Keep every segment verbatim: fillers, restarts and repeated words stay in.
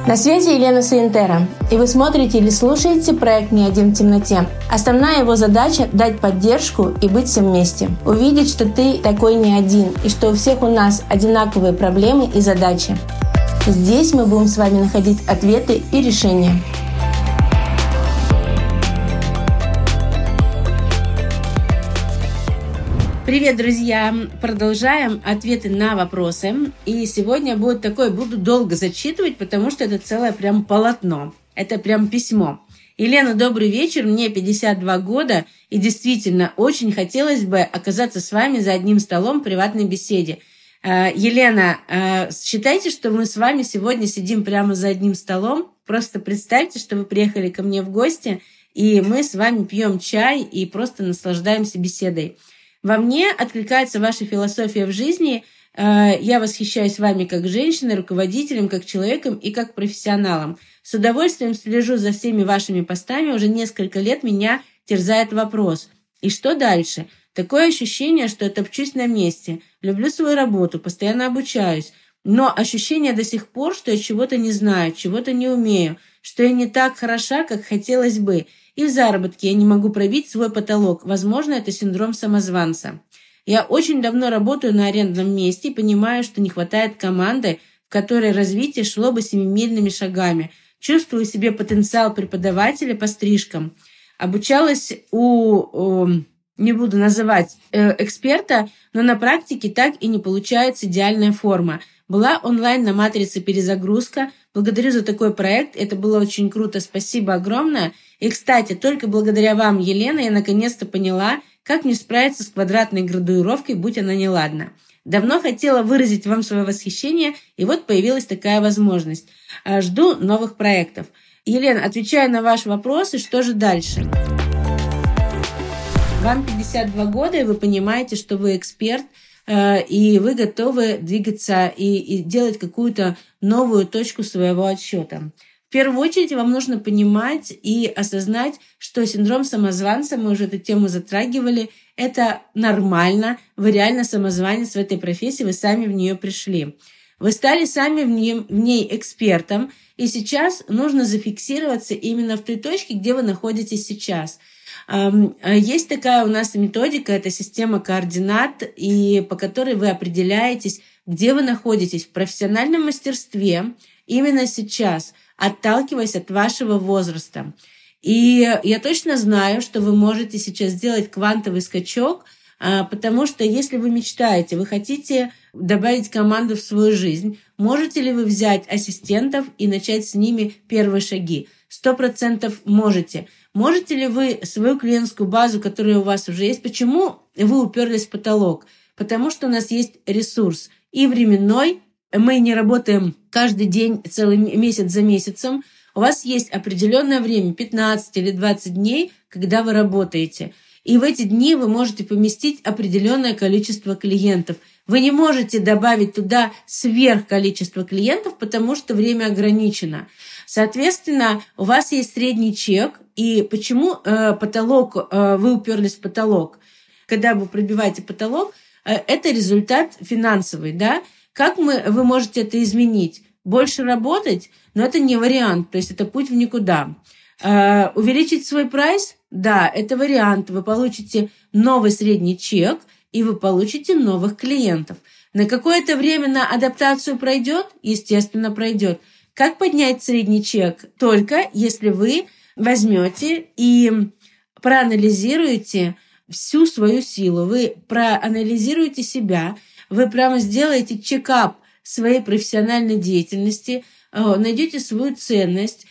На связи Елена Суинтера, и вы смотрите или слушаете проект «Не один в темноте». Основная его задача – дать поддержку и быть всем вместе. Увидеть, что ты такой не один, и что у всех у нас одинаковые проблемы и задачи. Здесь мы будем с вами находить ответы и решения. Привет, друзья! Продолжаем ответы на вопросы. И сегодня будет такое, буду долго зачитывать, потому что это целое прям полотно. Это прям письмо. Елена, добрый вечер, мне пятьдесят два года, и действительно очень хотелось бы оказаться с вами за одним столом в приватной беседе. Елена, считайте, что мы с вами сегодня сидим прямо за одним столом. Просто представьте, что вы приехали ко мне в гости, и мы с вами пьем чай и просто наслаждаемся беседой. Во мне откликается ваша философия в жизни. Я восхищаюсь вами как женщиной, руководителем, как человеком и как профессионалом. С удовольствием слежу за всеми вашими постами. Уже несколько лет меня терзает вопрос. И что дальше? Такое ощущение, что я топчусь на месте. Люблю свою работу, постоянно обучаюсь. Но ощущение до сих пор, что я чего-то не знаю, чего-то не умею, что я не так хороша, как хотелось бы. И в заработке я не могу пробить свой потолок. Возможно, это синдром самозванца. Я очень давно работаю на арендном месте и понимаю, что не хватает команды, в которой развитие шло бы семимильными шагами. Чувствую в себе потенциал преподавателя по стрижкам. Обучалась у, не буду называть, эксперта, но на практике так и не получается идеальная форма. Была онлайн на матрице перезагрузка. Благодарю за такой проект. Это было очень круто. Спасибо огромное. И, кстати, только благодаря вам, Елена, я наконец-то поняла, как мне справиться с квадратной градуировкой, будь она неладна. Давно хотела выразить вам свое восхищение, и вот появилась такая возможность. Жду новых проектов. Елена, отвечая на ваш вопрос, и что же дальше? Вам пятьдесят два года, и вы понимаете, что вы эксперт, и вы готовы двигаться и, и делать какую-то новую точку своего отсчета. В первую очередь вам нужно понимать и осознать, что синдром самозванца, мы уже эту тему затрагивали, это нормально, вы реально самозванец в этой профессии, вы сами в нее пришли. Вы стали сами в ней, в ней экспертом, и сейчас нужно зафиксироваться именно в той точке, где вы находитесь сейчас. Есть такая у нас методика, это система координат, и по которой вы определяетесь, где вы находитесь в профессиональном мастерстве именно сейчас, отталкиваясь от вашего возраста. И я точно знаю, что вы можете сейчас сделать квантовый скачок, потому что если вы мечтаете, вы хотите добавить команду в свою жизнь, можете ли вы взять ассистентов и начать с ними первые шаги? Сто процентов можете. Можете ли вы свою клиентскую базу, которая у вас уже есть? Почему вы уперлись в потолок? Потому что у нас есть ресурс и временной. Мы не работаем каждый день, целый месяц за месяцем. У вас есть определенное время, пятнадцать или двадцать дней, когда вы работаете. И в эти дни вы можете поместить определенное количество клиентов. Вы не можете добавить туда сверх количества клиентов, потому что время ограничено. Соответственно, у вас есть средний чек. И почему э, потолок, э, вы уперлись в потолок? Когда вы пробиваете потолок, э, это результат финансовый, да? Как мы, вы можете это изменить? Больше работать? Но это не вариант, то есть это путь в никуда. Э, увеличить свой прайс? Да, это вариант. Вы получите новый средний чек, и вы получите новых клиентов. На какое-то время на адаптацию пройдет? Естественно, пройдет. Как поднять средний чек? Только если вы возьмете и проанализируете всю свою силу. Вы проанализируете себя, вы прямо сделаете чекап своей профессиональной деятельности, найдете свою ценность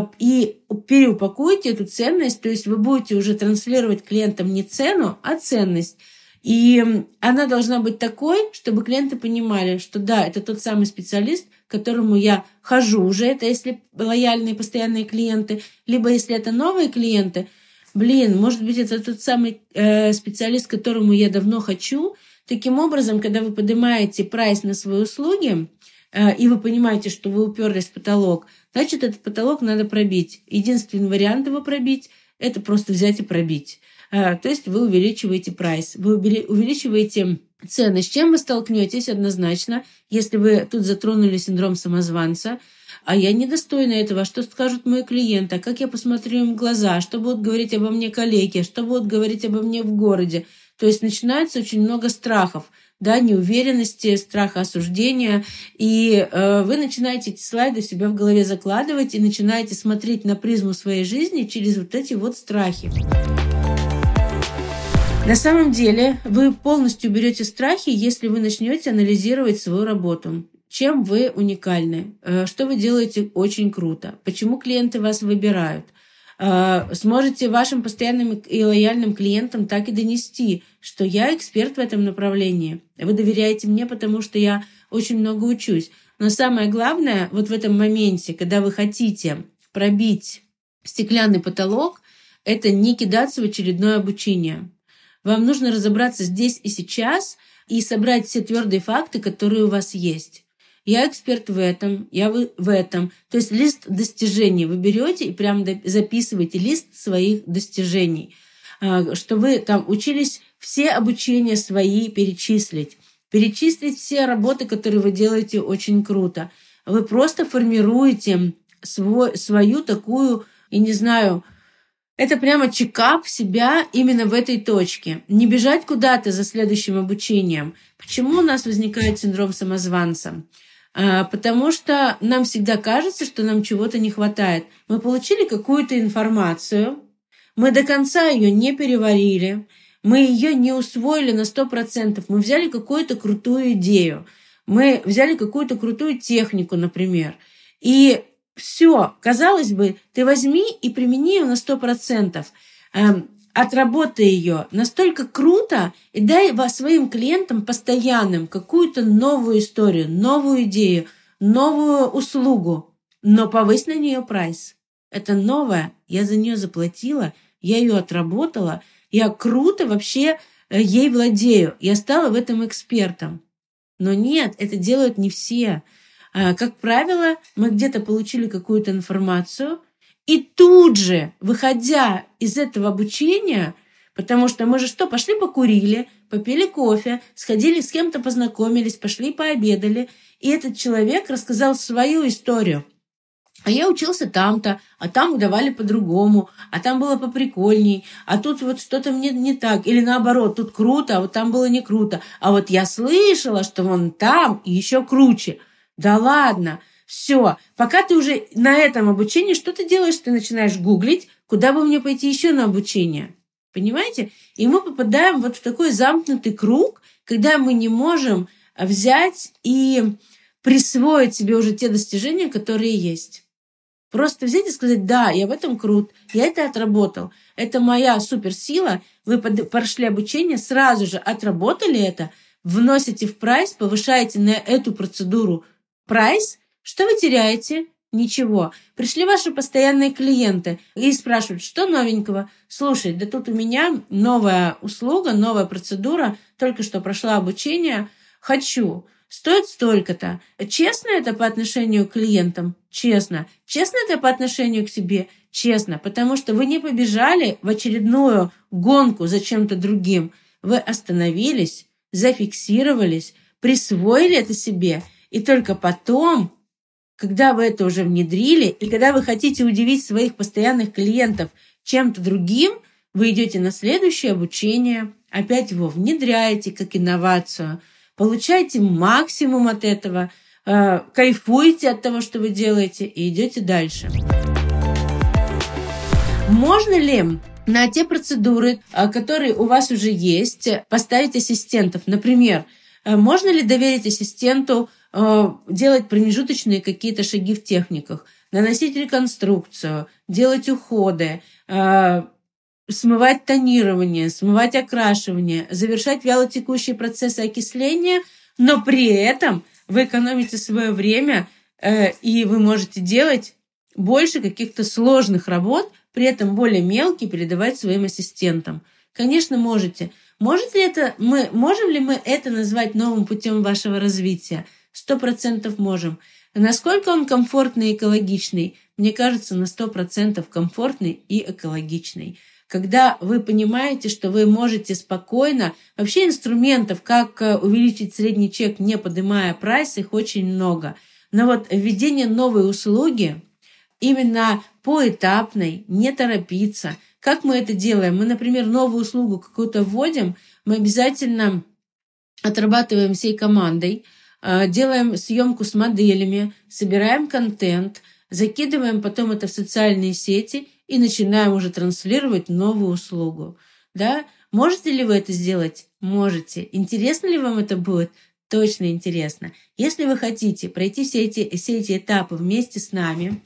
и переупакуете эту ценность, то есть вы будете уже транслировать клиентам не цену, а ценность. И она должна быть такой, чтобы клиенты понимали, что да, это тот самый специалист, к которому я хожу уже, это если лояльные постоянные клиенты, либо если это новые клиенты, блин, может быть, это тот самый э, специалист, к которому я давно хочу. Таким образом, когда вы поднимаете прайс на свои услуги, э, и вы понимаете, что вы уперлись в потолок, значит, этот потолок надо пробить. Единственный вариант его пробить – это просто взять и пробить. То есть вы увеличиваете прайс, вы увеличиваете цены. С чем вы столкнетесь однозначно, если вы тут затронули синдром самозванца? А я недостойна этого, что скажут мои клиенты, а как я посмотрю им в глаза, что будут говорить обо мне коллеги, что будут говорить обо мне в городе. То есть начинается очень много страхов, да, неуверенности, страха осуждения, и э, вы начинаете эти слайды у себя в голове закладывать и начинаете смотреть на призму своей жизни через вот эти вот страхи. На самом деле вы полностью уберете страхи, если вы начнете анализировать свою работу. Чем вы уникальны? Что вы делаете очень круто? Почему клиенты вас выбирают? Сможете вашим постоянным и лояльным клиентам так и донести, что я эксперт в этом направлении. Вы доверяете мне, потому что я очень много учусь. Но самое главное, вот в этом моменте, когда вы хотите пробить стеклянный потолок, это не кидаться в очередное обучение. Вам нужно разобраться здесь и сейчас и собрать все твердые факты, которые у вас есть. Я эксперт в этом, я в этом. То есть лист достижений вы берете и прям записываете лист своих достижений, что вы там учились все обучения свои перечислить, перечислить все работы, которые вы делаете очень круто. Вы просто формируете свой, свою такую, я не знаю, это прямо чекап себя именно в этой точке. Не бежать куда-то за следующим обучением. Почему у нас возникает синдром самозванца? Потому что нам всегда кажется, что нам чего-то не хватает. Мы получили какую-то информацию, мы до конца ее не переварили, мы ее не усвоили на сто процентов, мы взяли какую-то крутую идею, мы взяли какую-то крутую технику, например, и все, казалось бы, ты возьми и примени ее на сто процентов. Отработай ее настолько круто и дай своим клиентам постоянным какую-то новую историю, новую идею, новую услугу, но повысь на нее прайс. Это новое, я за нее заплатила, я ее отработала, я круто вообще ей владею, я стала в этом экспертом. Но нет, это делают не все. Как правило, мы где-то получили какую-то информацию, и тут же, выходя из этого обучения, потому что мы же что, пошли покурили, попили кофе, сходили с кем-то познакомились, пошли пообедали, и этот человек рассказал свою историю. А я учился там-то, а там давали по-другому, а там было поприкольней, а тут вот что-то мне не так, или наоборот, тут круто, а вот там было не круто, а вот я слышала, что вон там еще круче. Да ладно! Все, пока ты уже на этом обучении, что ты делаешь? Ты начинаешь гуглить, куда бы мне пойти еще на обучение. Понимаете? И мы попадаем вот в такой замкнутый круг, когда мы не можем взять и присвоить себе уже те достижения, которые есть. Просто взять и сказать, да, я в этом крут, я это отработал, это моя суперсила, вы прошли обучение, сразу же отработали это, вносите в прайс, повышаете на эту процедуру прайс. Что вы теряете? Ничего. Пришли ваши постоянные клиенты и спрашивают, что новенького? Слушай, да тут у меня новая услуга, новая процедура, только что прошла обучение, хочу. Стоит столько-то. Честно это по отношению к клиентам? Честно. Честно это по отношению к себе? Честно. Потому что вы не побежали в очередную гонку за чем-то другим. Вы остановились, зафиксировались, присвоили это себе, и только потом, когда вы это уже внедрили, и когда вы хотите удивить своих постоянных клиентов чем-то другим, вы идете на следующее обучение, опять его внедряете как инновацию, получаете максимум от этого, э, кайфуете от того, что вы делаете, и идете дальше. Можно ли на те процедуры, которые у вас уже есть, поставить ассистентов? Например, можно ли доверить ассистенту делать промежуточные какие-то шаги в техниках, наносить реконструкцию, делать уходы, смывать тонирование, смывать окрашивание, завершать вялотекущие процессы окисления, но при этом вы экономите свое время, и вы можете делать больше каких-то сложных работ, при этом более мелкие передавать своим ассистентам. Конечно, можете. Может ли это, мы, можем ли мы это назвать новым путем вашего развития? Сто процентов можем. Насколько он комфортный и экологичный? Мне кажется, на сто процентов комфортный и экологичный. когда вы понимаете, что вы можете спокойно... Вообще инструментов, как увеличить средний чек, не поднимая прайс, их очень много. Но вот введение новой услуги именно поэтапной, не торопиться. Как мы это делаем? Мы, например, новую услугу какую-то вводим, мы обязательно отрабатываем всей командой, делаем съемку с моделями, собираем контент, закидываем потом это в социальные сети и начинаем уже транслировать новую услугу. Да? Можете ли вы это сделать? Можете. Интересно ли вам это будет? Точно интересно. Если вы хотите пройти все эти, все эти этапы вместе с нами,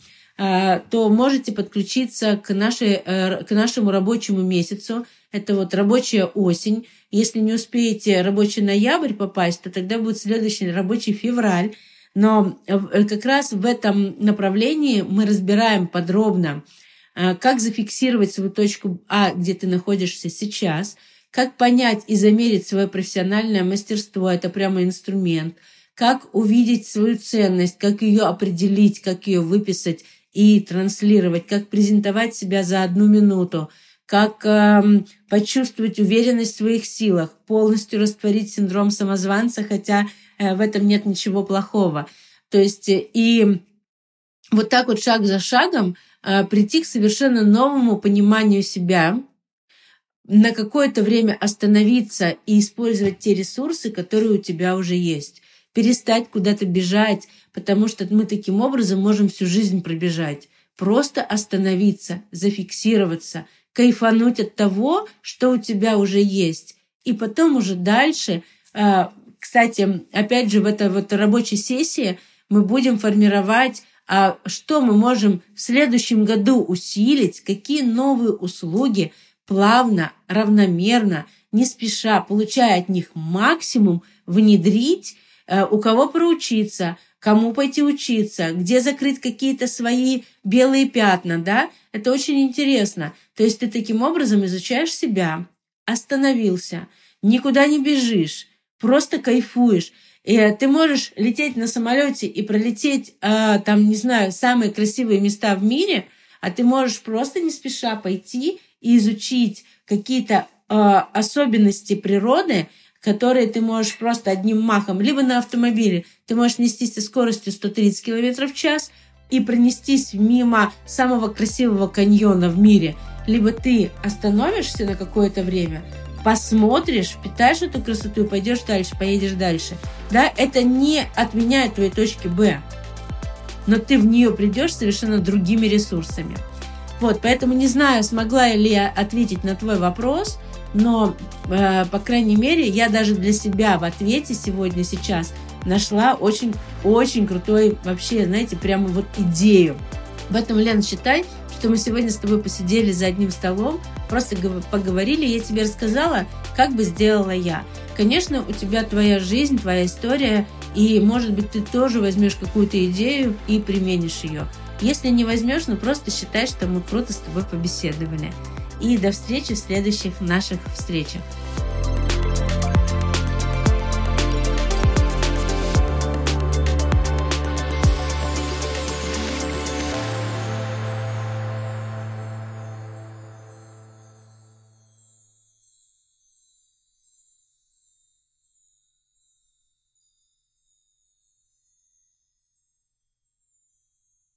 то можете подключиться к, нашей, к нашему рабочему месяцу. Это вот рабочая осень. Если не успеете рабочий ноябрь попасть, то тогда будет следующий рабочий февраль. Но как раз в этом направлении мы разбираем подробно, как зафиксировать свою точку А, где ты находишься сейчас, как понять и замерить свое профессиональное мастерство, это прямо инструмент, как увидеть свою ценность, как ее определить, как ее выписать и транслировать, как презентовать себя за одну минуту, как э, почувствовать уверенность в своих силах, полностью растворить синдром самозванца, хотя э, в этом нет ничего плохого. То есть э, и вот так вот шаг за шагом э, прийти к совершенно новому пониманию себя, на какое-то время остановиться и использовать те ресурсы, которые у тебя уже есть. Перестать куда-то бежать, потому что мы таким образом можем всю жизнь пробежать. Просто остановиться, зафиксироваться, кайфануть от того, что у тебя уже есть. И потом уже дальше, кстати, опять же, в этой вот рабочей сессии мы будем формировать, что мы можем в следующем году усилить, какие новые услуги плавно, равномерно, не спеша, получая от них максимум, внедрить, у кого проучиться, кому пойти учиться, где закрыть какие-то свои белые пятна, да? Это очень интересно. То есть ты таким образом изучаешь себя, остановился, никуда не бежишь, просто кайфуешь. И ты можешь лететь на самолете и пролететь, там, не знаю, самые красивые места в мире, а ты можешь просто не спеша пойти и изучить какие-то особенности природы, которые ты можешь просто одним махом, либо на автомобиле, ты можешь нестись со скоростью сто тридцать километров в час и пронестись мимо самого красивого каньона в мире, либо ты остановишься на какое-то время, посмотришь, впитаешь эту красоту и пойдешь дальше, поедешь дальше. Да, это не отменяет твоей точки Б, но ты в нее придешь совершенно другими ресурсами. Вот, поэтому не знаю, смогла ли я ответить на твой вопрос, но, э, по крайней мере, я даже для себя в ответе сегодня, сейчас нашла очень-очень крутой, вообще, знаете, прямо вот идею. Поэтому, Лен, считай, что мы сегодня с тобой посидели за одним столом, просто поговорили, я тебе рассказала, как бы сделала я. Конечно, у тебя твоя жизнь, твоя история, и, может быть, ты тоже возьмешь какую-то идею и применишь ее. Если не возьмешь, ну просто считай, что мы круто с тобой побеседовали. И до встречи в следующих наших встречах.